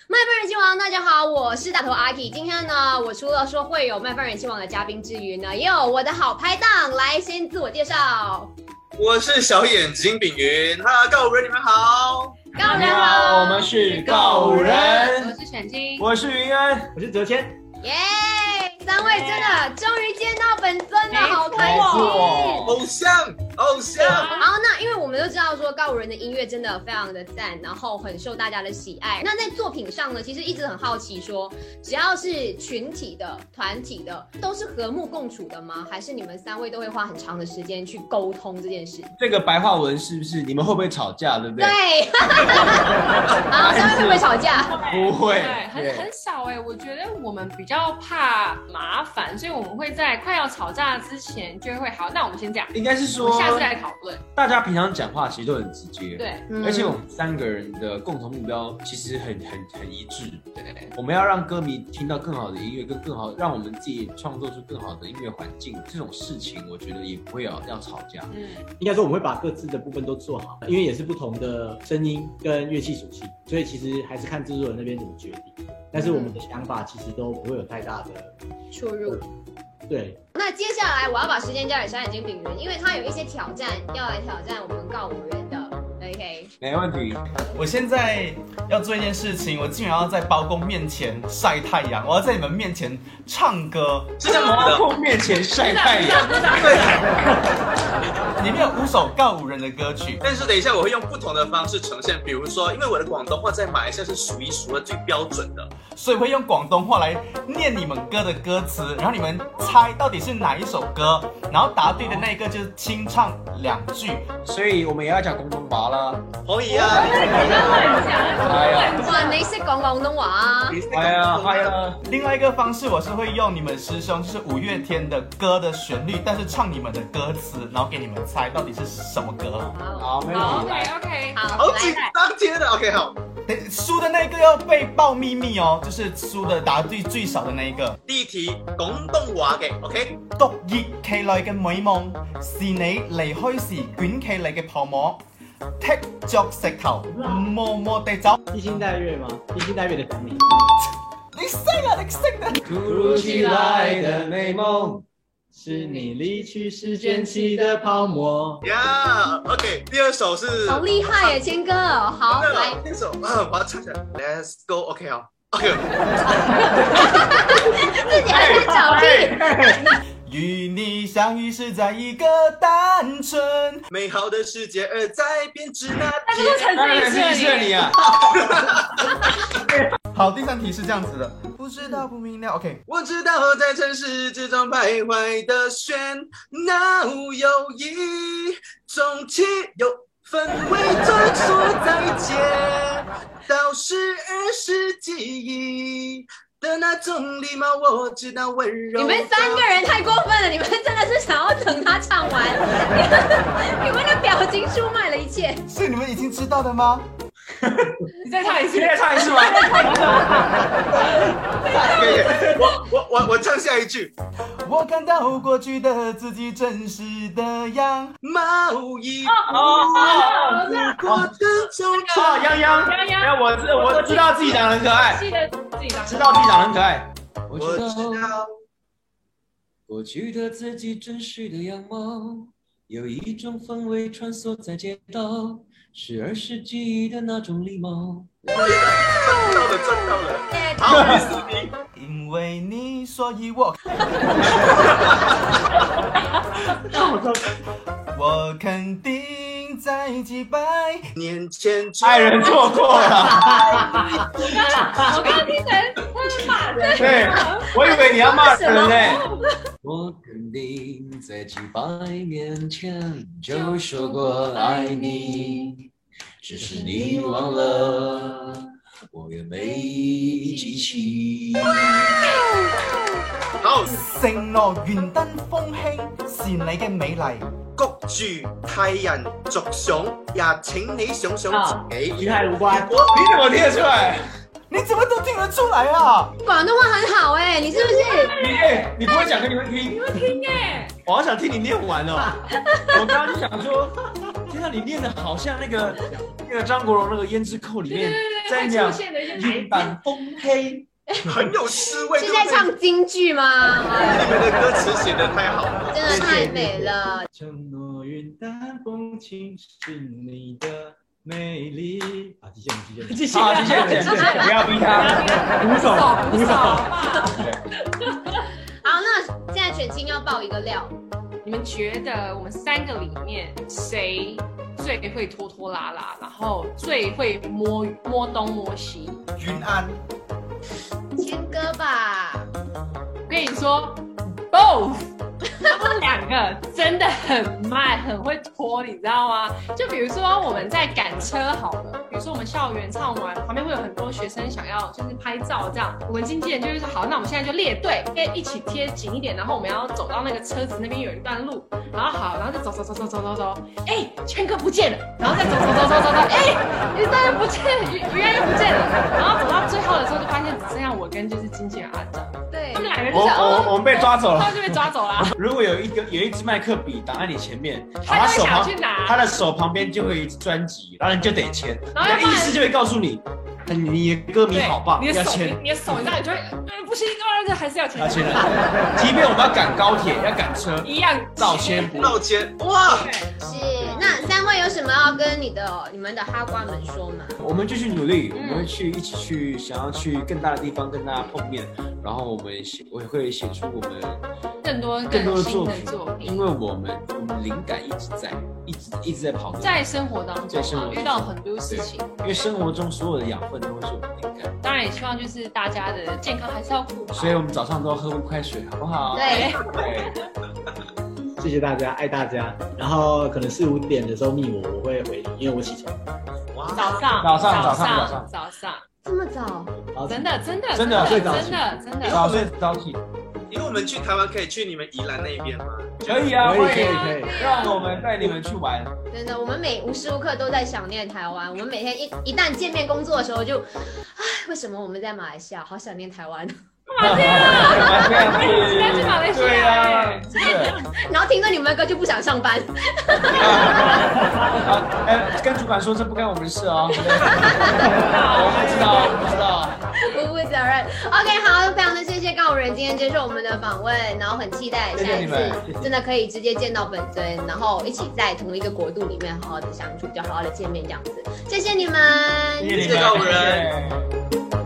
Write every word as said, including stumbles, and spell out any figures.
麦饭人气王，大家好，我是大头阿 K。今天呢，我除了说会有麦饭人气王的嘉宾之余呢，也有我的好拍档，来先自我介绍。 我是小眼睛炳云，哈，告五人你们好。 告五人好， 我们是告五人。 我是选金， 我是云安，我是哲谦。 耶、yeah, 三位真的终于见到本尊了，好开心！ 偶像，偶像。 好，那因为我们都知道说告五人的音乐真的非常的赞，然后很受大家的喜爱。那在作品上呢，其实一直很好奇说，只要是群体的、团体的，都是和睦共处的吗？还是你们三位都会花很长的时间去沟通这件事？ 这个白话文是不是？你们会不会吵架？对不对？ 对。好，三位会不会吵架？ 不会， 很很少哎、欸。我觉得我们比较怕麻烦，所以我们会在快要吵架之前就会好。那我们先这样， 应该是说下次再讨论。 大家平常讲话其实都很直接， 对， 嗯、 而且我们三个人的共同目标其实很很很一致。对，我们要让歌迷听到更好的音乐，跟更好，让我们自己创作出更好的音乐环境。这种事情，我觉得也不会要要吵架。 嗯， 应该说我们会把各自的部分都做好，因为也是不同的声音跟乐器属性，所以其实还是看制作人那边怎么决定。但是我们的想法其实都不会有太大的出入。 对。 那接下来我要把时间交给小眼睛炳云，因为他有一些挑战要来挑战我们告五人的。OK， 没问题。 我现在要做一件事情，我竟然要在包公面前晒太阳，我要在你们面前唱歌， 是这样子的。 包公面前晒太阳。 对。里面有五首告五人的歌曲， 但是等一下我会用不同的方式呈现，比如说，因为我的广东话在马来西亚是数一数二最标准的， 所以会用广东话来念你们歌的歌词，然后你们猜到底是哪一首歌，然后答对的那一个就是清唱两句。 所以我们也要讲广东话啦。 可以啊。 哎呀， 哇，你識講廣東話啊？ 哎呀，哎呀。 另外一个方式，我是会用你们师兄就是五月天的歌的旋律，但是唱你们的歌词，然后给你们猜到底是什么歌。 好，没问题。 OK OK， 好， 好紧张，天的 OK 好。 输的那个要被爆秘密哦，就是输的答对最少的那一个。 第一題廣東話嘅 OK。 獨熱期內嘅美夢，是你離開時捲起你嘅泡沫，剔作石頭，默默地走。 披星戴月嗎？披星戴月的想你。 你識啊，你識啊！ 突如其來的美夢。 是你離去時捲起的泡沫。 呀、yeah, ，OK， 第二首是。 好厲害耶，謙哥，好來。 第二首啊，我要唱起來 ，Let's go，OK 好 ，OK。 自己還在找屁。 與你相遇是在一個單純美好的世界，而在編織那天。 當然是謝你啊。 好，第三題是這樣子的，不知道不明了 ，OK。 我知道在城市之中徘徊的喧鬧有一種氣有氛圍中說再見，到時兒時記憶的那種禮貌，我知道溫柔。 你們三個人太過分了，你們真的是想要等他唱完，你們你們的表情出賣了一切。 是你們已經知道的嗎？ 你再唱一次， 你再唱一次嗎？ 我我我我唱下一句。 我看到過去的自己真實的樣貌一步過程中。 哦，泱泱， 泱泱， 哎，我知我知道自己長得很可愛， 記得自己長， 知道自己長得很可愛。 我知道過去的自己真實的樣貌，有一種氛圍穿梭在街道。是兒時記憶的那種禮貌。 賺到了，賺到了。好，第四題。 因為你，所以我，我肯定在幾百年前愛人錯過了。 我剛剛聽成他是罵人。 對，我以為你要罵人嘞。 我肯定在幾百年前就說過愛你，只是你忘了，我也沒記起。 好， 承諾元燈風輕是你嘅美麗， 谷住替人着想，也請你想想自己。 與他無關。 你怎麼聽得出來？ 你怎麼都聽得出來啊？ 廣東話很好哎、欸，你是不是？ 你哎，你不會講給你們聽？ 你會聽哎？ 我好想聽你念完哦。我剛剛就想說，天天啊，你练的好像那个那个张国荣那个《胭脂扣》里面在讲云淡风黑。 很有诗味。 是在唱京剧吗？ 你们的歌词写的太好了， 真的太美了。 承诺云淡风轻是你的美丽。啊，极限，极限， 极限，好，极限，极限，不要逼他， 鼓手，鼓手。 好，那现在全青要爆一个料， 你们觉得我们三个里面谁最会拖拖拉拉，然后最会摸摸东摸西？ 云安。 谦哥吧， 我跟你说 ，both， 他们两个真的很慢，很会拖，你知道吗？就比如说我们在赶车好了，比如说我们校园唱完，旁边会有很多学生想要就是拍照这样，我们经纪人就会说好，那我们现在就列队，一起贴紧一点，然后我们要走到那个车子那边有一段路，然后好，然后就走走走走走走走，哎，谦哥不见了，然后再走走走走走走，哎，于大人不见了，于于安又不见了，然后走到最后的时候就发现只剩下我跟就是经纪人阿张， 对， 他们两个人就我是哦， 我我们被抓走了， 他们就被抓走了。 如果有一个有一支麦克笔挡在你前面， 他就会手旁想去拿他的手旁边就会有一支专辑，然后你就得签， 然后要不然你的意思就会告诉你，你的歌迷好棒， 你的手， 要签。 你的手，你知道，你就会，嗯，不行，啊，还是要签， 要签了，即便我们要赶高铁，要赶车， 一样照签不误。 道歉哇！ 是。那三位有什么要跟你的你们的哈瓜们说吗？ 我们继续努力， 嗯我们会去一起去，想要去更大的地方跟大家碰面，然后我们写，我也会写出我们更多更多的新的作品， 作品， 因为我们我们灵感一直在，一直一直在跑动， 在生活当中啊在生活，中遇到很多事情， 因为生活中所有的养分都会是我们的灵感， 当然也希望就是大家的健康还是要顾好。 所以我们早上都要喝温开水，好不好？ 对， 对。 谢谢大家，爱大家。然后可能四五点的时候密我，我会回你，因为我起床。 哇， 早上， 早上早早上早上早上， 这么早？ 然后真的真的真的真的最早起真的真的， 早睡早起， 因为我们去台湾可以去你们宜兰那一边吗？ 可以啊， 可以欢迎可以可以。 让我们带你们去玩。 真的，我们每无时无刻都在想念台湾。我们每天一一旦见面工作的时候就，唉，为什么我们在马来西亚，好想念台湾。 马来西亚，应该去马来西对亚啊哎，， 真的。 然后听着你们的歌就不想上班。 哎，跟主管说这不干我们的事哦。我不知道，我不知道。 不负责任。OK， 好，非常的谢谢告五人今天接受我们的访问，然后很期待下一谢谢你们次真的可以直接见到本尊，然后一起在同一个国度里面好好的相处，就好好的见面这样子。谢谢你们， 谢谢你们， 谢谢告五人谢谢